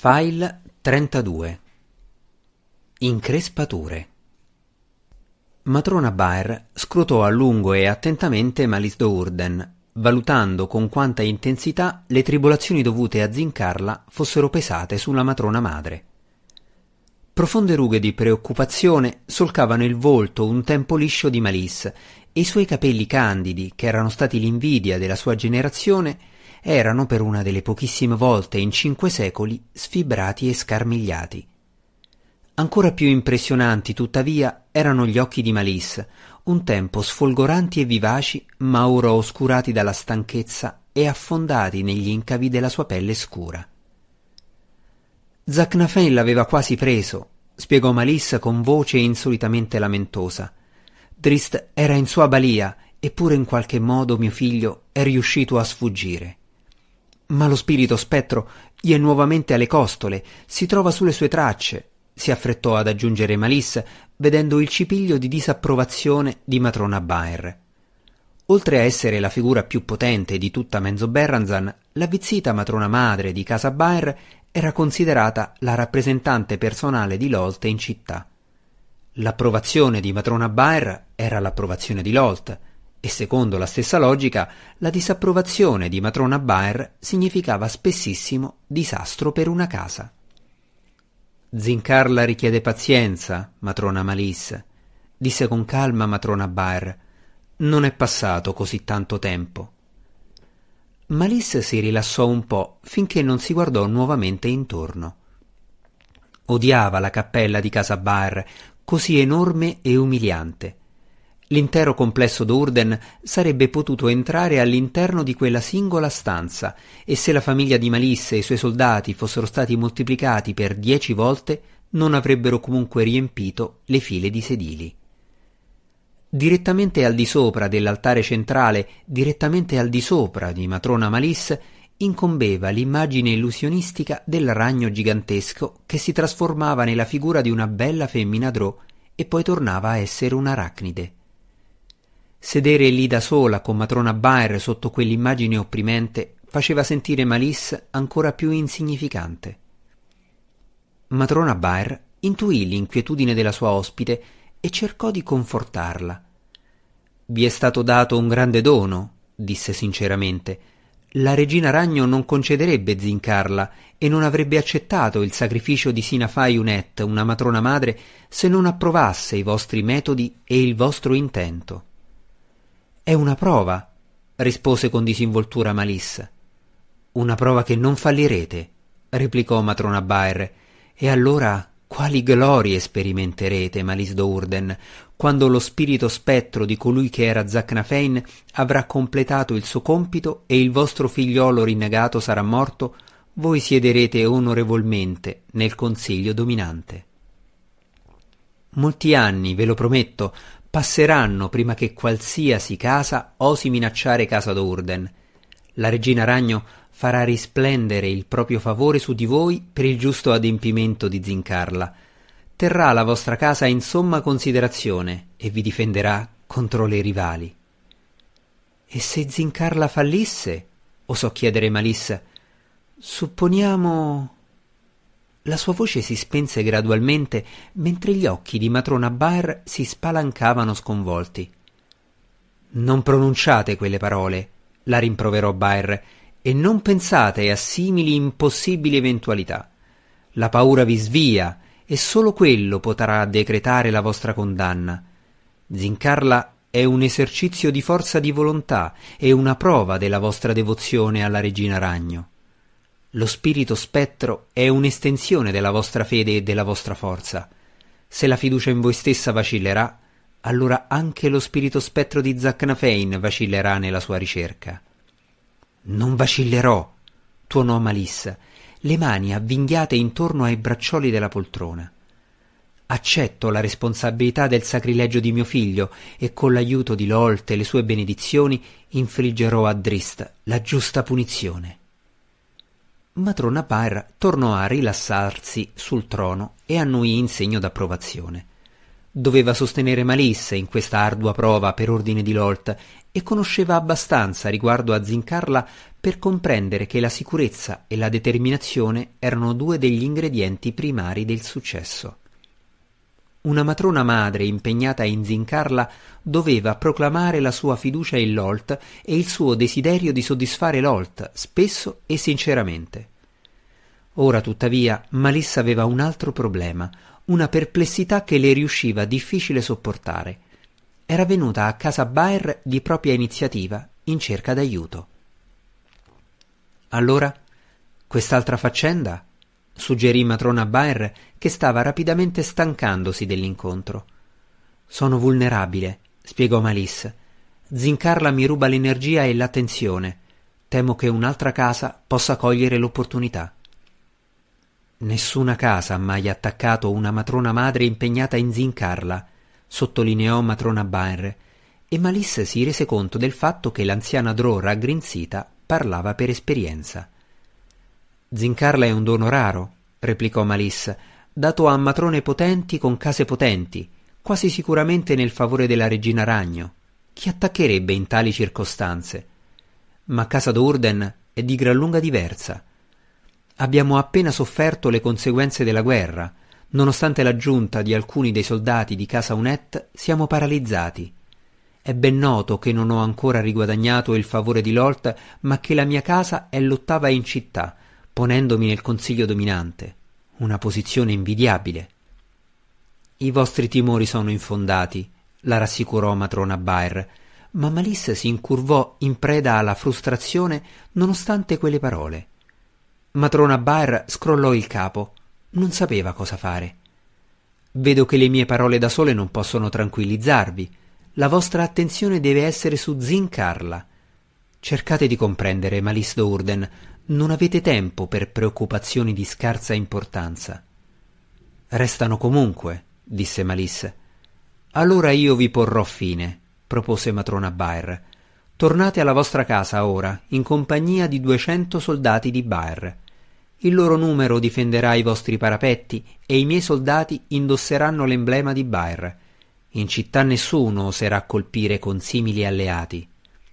File 32. Increspature. Matrona Baer scrutò a lungo e attentamente Malice Do'Urden, valutando con quanta intensità le tribolazioni dovute a Zincarla fossero pesate sulla matrona madre. Profonde rughe di preoccupazione solcavano il volto un tempo liscio di Malice, e i suoi capelli candidi, che erano stati l'invidia della sua generazione, erano per una delle pochissime volte in 5 secoli sfibrati e scarmigliati. Ancora più impressionanti, tuttavia, erano gli occhi di Malice, un tempo sfolgoranti e vivaci, ma ora oscurati dalla stanchezza e affondati negli incavi della sua pelle scura. Zaknafein l'aveva quasi preso, spiegò Malice con voce insolitamente lamentosa. Drist era in sua balia, eppure in qualche modo mio figlio è riuscito a sfuggire. Ma lo spirito spettro gli è nuovamente alle costole, si trova sulle sue tracce, si affrettò ad aggiungere Malice, vedendo il cipiglio di disapprovazione di matrona Baer. Oltre a essere la figura più potente di tutta Menzoberranzan, l'avvizzita matrona madre di casa Baer era considerata la rappresentante personale di Lolt in città. L'approvazione di matrona Baer era l'approvazione di Lolt, e secondo la stessa logica la disapprovazione di matrona Baer significava spessissimo disastro per una casa. Zincarla richiede pazienza, matrona Malice, disse con calma matrona Baer. Non è passato così tanto tempo. Malice si rilassò un po' finché non si guardò nuovamente intorno. Odiava la cappella di casa Baer, così enorme e umiliante. L'intero complesso Do'Urden sarebbe potuto entrare all'interno di quella singola stanza, e se la famiglia di Malice e i suoi soldati fossero stati moltiplicati per 10 volte, non avrebbero comunque riempito le file di sedili. Direttamente al di sopra dell'altare centrale, direttamente al di sopra di matrona Malice, incombeva l'immagine illusionistica del ragno gigantesco che si trasformava nella figura di una bella femmina drò e poi tornava a essere un'arachnide. Sedere lì da sola con matrona Baer sotto quell'immagine opprimente faceva sentire Malice ancora più insignificante. Matrona Baer intuì l'inquietudine della sua ospite e cercò di confortarla. «Vi è stato dato un grande dono», disse sinceramente. «La regina ragno non concederebbe Zincarla e non avrebbe accettato il sacrificio di Sinafai Unet, una matrona madre, se non approvasse i vostri metodi e il vostro intento». «È una prova», rispose con disinvoltura Malice. «Una prova che non fallirete», replicò matrona Baer. «E allora quali glorie sperimenterete, Malice Do'Urden, quando lo spirito spettro di colui che era Zaknafein avrà completato il suo compito e il vostro figliolo rinnegato sarà morto, voi siederete onorevolmente nel consiglio dominante. Molti anni, ve lo prometto, passeranno prima che qualsiasi casa osi minacciare casa Do'Urden. La regina ragno farà risplendere il proprio favore su di voi per il giusto adempimento di Zincarla. Terrà la vostra casa in somma considerazione e vi difenderà contro le rivali». «E se Zincarla fallisse?» osò chiedere Malice. «Supponiamo...» La sua voce si spense gradualmente mentre gli occhi di matrona Baer si spalancavano sconvolti. «Non pronunciate quelle parole», la rimproverò Baer, «e non pensate a simili impossibili eventualità. La paura vi svia e solo quello potrà decretare la vostra condanna. Zincarla è un esercizio di forza di volontà e una prova della vostra devozione alla regina ragno. Lo spirito spettro è un'estensione della vostra fede e della vostra forza. Se la fiducia in voi stessa vacillerà, allora anche lo spirito spettro di Zaknafein vacillerà nella sua ricerca». «Non vacillerò», tuonò Malice, le mani avvinghiate intorno ai braccioli della poltrona. «Accetto la responsabilità del sacrilegio di mio figlio e con l'aiuto di Lolt e le sue benedizioni infliggerò a Drist la giusta punizione». Matrona Baer tornò a rilassarsi sul trono e annuì in segno d'approvazione. Doveva sostenere Malice in questa ardua prova per ordine di Lolt e conosceva abbastanza riguardo a Zincarla per comprendere che la sicurezza e la determinazione erano due degli ingredienti primari del successo. Una matrona madre impegnata a inzincarla doveva proclamare la sua fiducia in Lolt e il suo desiderio di soddisfare Lolt spesso e sinceramente. Ora tuttavia Malice aveva un altro problema, una perplessità che le riusciva difficile sopportare. Era venuta a casa Baer di propria iniziativa in cerca d'aiuto. Allora, quest'altra faccenda? Suggerì matrona Baer, che stava rapidamente stancandosi dell'incontro. Sono vulnerabile, spiegò Malice. Zincarla mi ruba l'energia e l'attenzione. Temo che un'altra casa possa cogliere l'opportunità. Nessuna casa ha mai attaccato una matrona madre impegnata in zincarla, sottolineò matrona Baer, e Malice si rese conto del fatto che l'anziana Drow raggrinzita parlava per esperienza. Zincarla è un dono raro, replicò Malice, dato a matrone potenti con case potenti, quasi sicuramente nel favore della regina Ragno. Chi attaccherebbe in tali circostanze? Ma Casa d'Urden è di gran lunga diversa. Abbiamo appena sofferto le conseguenze della guerra. Nonostante l'aggiunta di alcuni dei soldati di Casa Unet, siamo paralizzati. È ben noto che non ho ancora riguadagnato il favore di Lolt, ma che la mia casa è l'ottava in città, ponendomi nel consiglio dominante. Una posizione invidiabile. I vostri timori sono infondati, la rassicurò matrona Baer, ma Malice si incurvò in preda alla frustrazione nonostante quelle parole. Matrona Baer scrollò il capo. Non sapeva cosa fare. Vedo che le mie parole da sole non possono tranquillizzarvi. La vostra attenzione deve essere su Zincarla. Cercate di comprendere, Malice d'Urden. Non avete tempo per preoccupazioni di scarsa importanza. Restano comunque, disse Malice. Allora io vi porrò fine, propose matrona Baer. Tornate alla vostra casa ora, in compagnia di 200 soldati di Baer. Il loro numero difenderà i vostri parapetti e i miei soldati indosseranno l'emblema di Baer. In città nessuno oserà colpire con simili alleati.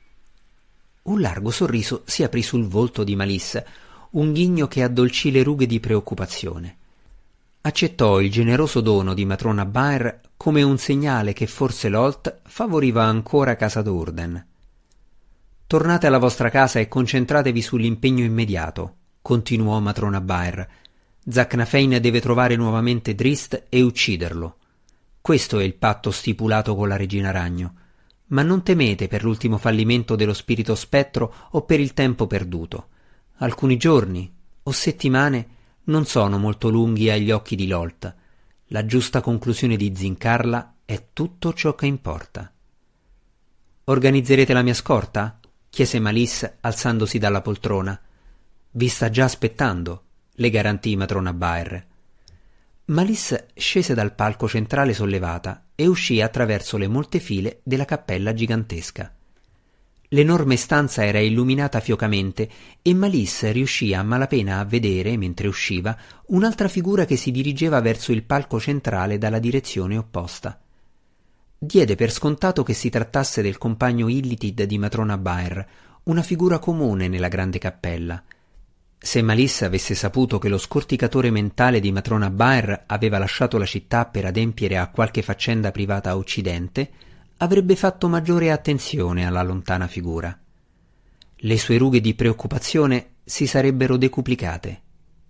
Un largo sorriso si aprì sul volto di Malice, un ghigno che addolcì le rughe di preoccupazione. Accettò il generoso dono di matrona Baer come un segnale che forse Lolt favoriva ancora Casa d'Urden. Tornate alla vostra casa e concentratevi sull'impegno immediato, continuò matrona Baer. Zacnafein deve trovare nuovamente Drist e ucciderlo. Questo è il patto stipulato con la regina Ragno. Ma non temete per l'ultimo fallimento dello spirito spettro o per il tempo perduto. Alcuni giorni o settimane non sono molto lunghi agli occhi di Lolt. La giusta conclusione di Zincarla è tutto ciò che importa. Organizzerete la mia scorta? Chiese Malice alzandosi dalla poltrona. Vi sta già aspettando, le garantì matrona Baer. Malice scese dal palco centrale sollevata e uscì attraverso le molte file della cappella gigantesca. L'enorme stanza era illuminata fiocamente e Malice riuscì a malapena a vedere, mentre usciva, un'altra figura che si dirigeva verso il palco centrale dalla direzione opposta. Diede per scontato che si trattasse del compagno Illithid di matrona Baer, una figura comune nella grande cappella. Se Malice avesse saputo che lo scorticatore mentale di matrona Baer aveva lasciato la città per adempiere a qualche faccenda privata a Occidente, avrebbe fatto maggiore attenzione alla lontana figura. Le sue rughe di preoccupazione si sarebbero decuplicate.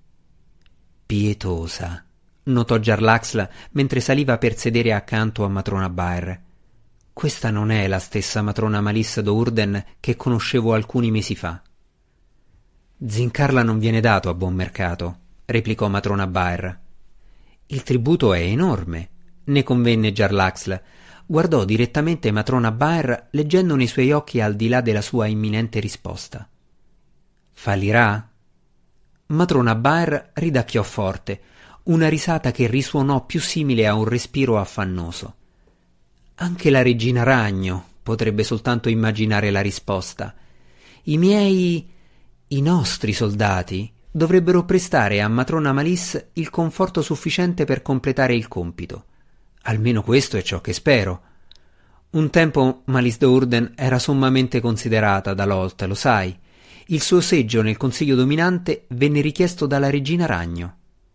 Pietosa, notò Jarlaxle mentre saliva per sedere accanto a matrona Baer. Questa non è la stessa matrona Malice d'Urden che conoscevo alcuni mesi fa. Zincarla non viene dato a buon mercato, replicò matrona Baer. Il tributo è enorme, ne convenne Jarlaxle. Guardò direttamente matrona Baer leggendo nei suoi occhi al di là della sua imminente risposta. Fallirà? Matrona Baer ridacchiò forte, una risata che risuonò più simile a un respiro affannoso. Anche la regina Ragno potrebbe soltanto immaginare la risposta. I nostri soldati dovrebbero prestare a matrona Malice il conforto sufficiente per completare il compito. Almeno questo è ciò che spero. Un tempo Malice d'Urden era sommamente considerata da Lolt, lo sai. Il suo seggio nel Consiglio dominante venne richiesto dalla regina Ragno.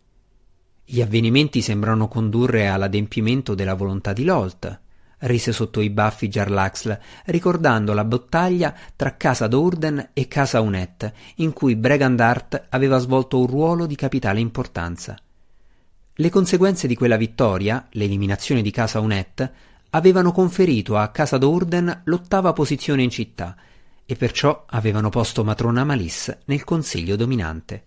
Gli avvenimenti sembrano condurre all'adempimento della volontà di Lolt, rise sotto i baffi Jarlaxle, ricordando la battaglia tra Casa Dourden e Casa Unet, in cui Bregandart aveva svolto un ruolo di capitale importanza. Le conseguenze di quella vittoria, l'eliminazione di Casa Unet, avevano conferito a Casa Dourden l'8ª posizione in città, e perciò avevano posto matrona Malice nel consiglio dominante.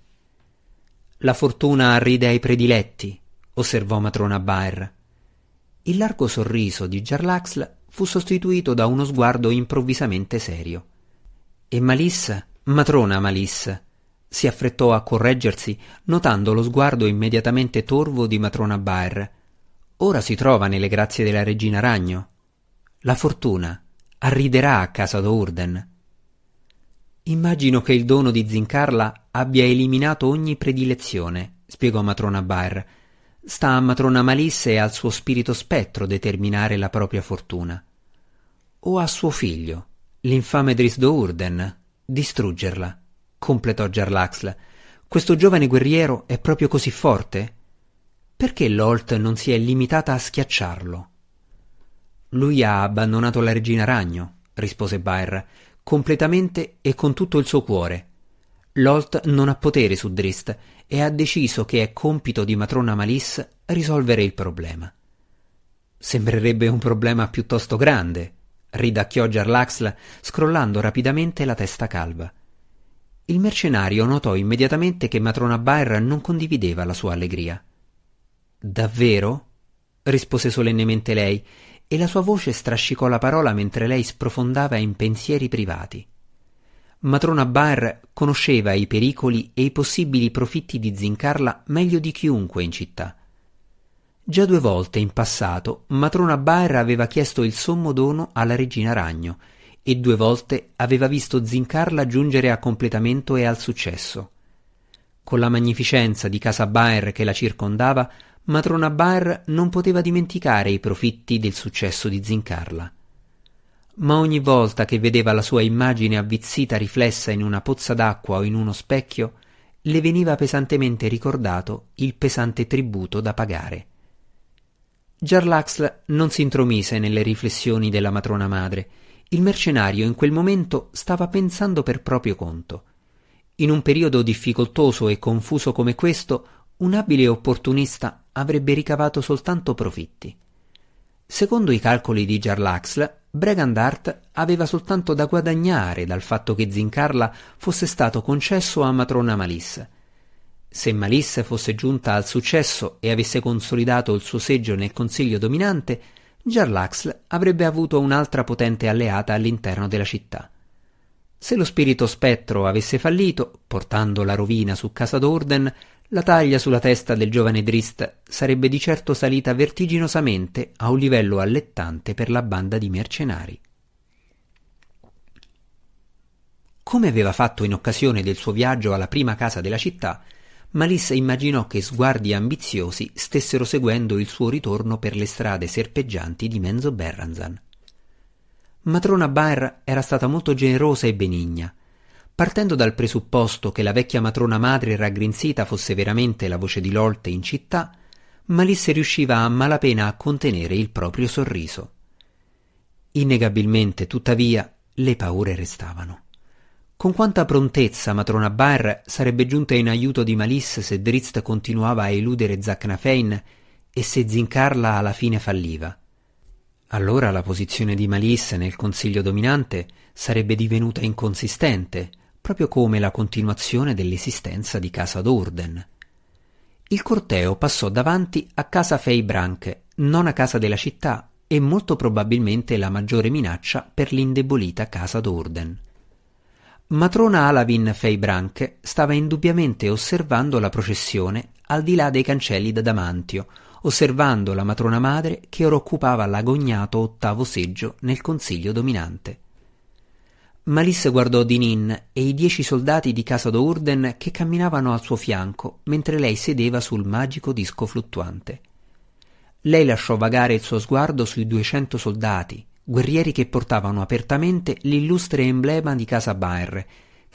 «La fortuna arride ai prediletti», osservò matrona Baer. Il largo sorriso di Jarlaxle fu sostituito da uno sguardo improvvisamente serio. «E Malice, matrona Malice», si affrettò a correggersi, notando lo sguardo immediatamente torvo di matrona Baer. «Ora si trova nelle grazie della regina Ragno. La fortuna arriderà a Casa Dourden». «Immagino che il dono di Zincarla abbia eliminato ogni predilezione», spiegò matrona Baer. «Sta a matrona Malice e al suo spirito spettro determinare la propria fortuna. O a suo figlio, l'infame Drizzt Do'Urden, distruggerla», completò Jarlaxle. «Questo giovane guerriero è proprio così forte? Perché Lolt non si è limitata a schiacciarlo?» «Lui ha abbandonato la regina Ragno», rispose Baer, «completamente e con tutto il suo cuore. Lolt non ha potere su Drizzt e ha deciso che è compito di matrona Malice risolvere il problema». «Sembrerebbe un problema piuttosto grande», ridacchiò Jarlaxle, scrollando rapidamente la testa calva. Il mercenario notò immediatamente che matrona Baer non condivideva la sua allegria. «Davvero?» rispose solennemente lei, e la sua voce strascicò la parola mentre lei sprofondava in pensieri privati. Matrona Baer conosceva i pericoli e i possibili profitti di Zincarla meglio di chiunque in città. Già 2 volte in passato matrona Baer aveva chiesto il sommo dono alla regina Ragno e 2 volte aveva visto Zincarla giungere a completamento e al successo. Con la magnificenza di casa Baer che la circondava, matrona Baer non poteva dimenticare i profitti del successo di Zincarla. Ma ogni volta che vedeva la sua immagine avvizzita riflessa in una pozza d'acqua o in uno specchio, le veniva pesantemente ricordato il pesante tributo da pagare. Jarlaxle non si intromise nelle riflessioni della matrona madre. Il mercenario in quel momento stava pensando per proprio conto. In un periodo difficoltoso e confuso come questo, un abile opportunista avrebbe ricavato soltanto profitti. Secondo i calcoli di Jarlaxle, Bregandart aveva soltanto da guadagnare dal fatto che Zincarla fosse stato concesso a matrona Malice. Se Malice fosse giunta al successo e avesse consolidato il suo seggio nel consiglio dominante, Jarlaxle avrebbe avuto un'altra potente alleata all'interno della città. Se lo spirito spettro avesse fallito, portando la rovina su Casa Dourden, la taglia sulla testa del giovane Drizzt sarebbe di certo salita vertiginosamente a un livello allettante per la banda di mercenari. Come aveva fatto in occasione del suo viaggio alla prima casa della città, Malice immaginò che sguardi ambiziosi stessero seguendo il suo ritorno per le strade serpeggianti di Menzoberranzan. Matrona Baer era stata molto generosa e benigna. Partendo dal presupposto che la vecchia matrona madre raggrinzita fosse veramente la voce di Lolt in città, Malice riusciva a malapena a contenere il proprio sorriso. Innegabilmente, tuttavia, le paure restavano. Con quanta prontezza matrona Baer sarebbe giunta in aiuto di Malice se Drizzt continuava a eludere Zaknafein e se Zincarla alla fine falliva. Allora la posizione di Malice nel consiglio dominante sarebbe divenuta inconsistente, proprio come la continuazione dell'esistenza di Casa Dourden. Il corteo passò davanti a Casa Feybranche, nona casa della città e molto probabilmente la maggiore minaccia per l'indebolita Casa Dourden. Matrona Alavin Feybranche stava indubbiamente osservando la processione al di là dei cancelli d'adamantio, osservando la matrona madre che ora occupava l'agognato 8° seggio nel consiglio dominante. Malice guardò Dinin e i 10 soldati di Casa Dourden che camminavano al suo fianco mentre lei sedeva sul magico disco fluttuante. Lei lasciò vagare il suo sguardo sui 200 soldati, guerrieri che portavano apertamente l'illustre emblema di Casa Baer,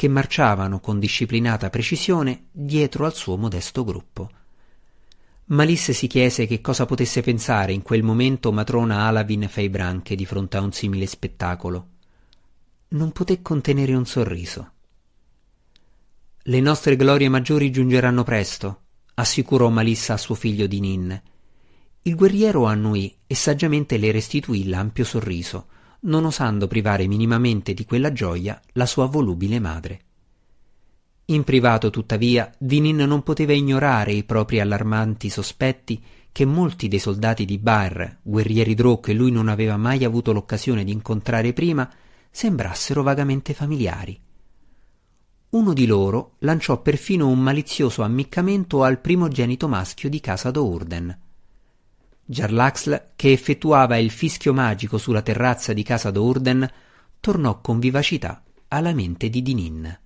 che marciavano con disciplinata precisione dietro al suo modesto gruppo. Malice si chiese che cosa potesse pensare in quel momento matrona Alavin Feibranche di fronte a un simile spettacolo. Non poté contenere un sorriso. «Le nostre glorie maggiori giungeranno presto», assicurò Malissa a suo figlio Dinin. Il guerriero annuì e saggiamente le restituì l'ampio sorriso, non osando privare minimamente di quella gioia la sua volubile madre. In privato, tuttavia, Dinin non poteva ignorare i propri allarmanti sospetti che molti dei soldati di Bar, guerrieri drò che lui non aveva mai avuto l'occasione di incontrare prima, sembrassero vagamente familiari. Uno di loro lanciò perfino un malizioso ammiccamento al primogenito maschio di casa Dourden. Jarlaxle, che effettuava il fischio magico sulla terrazza di casa Dourden, tornò con vivacità alla mente di Dinin.